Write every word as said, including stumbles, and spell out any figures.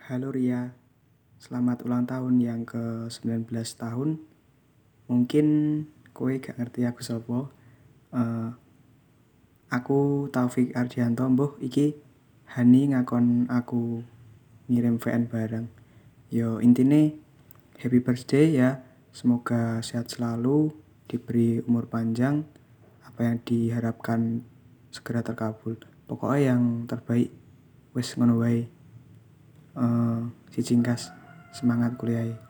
Halo Ria, selamat ulang tahun yang ke sembilan belas tahun. Mungkin kowe gak ngerti aku sapa. Eh, aku Taufik Ardianto, mbuh iki Hani ngakon aku ngirim V N bareng. Yo intine happy birthday ya. Semoga sehat selalu, diberi umur panjang, apa yang diharapkan segera terkabul. Pokoknya yang terbaik. Wes ngono wae. Eh, si cingkas semangat kuliah.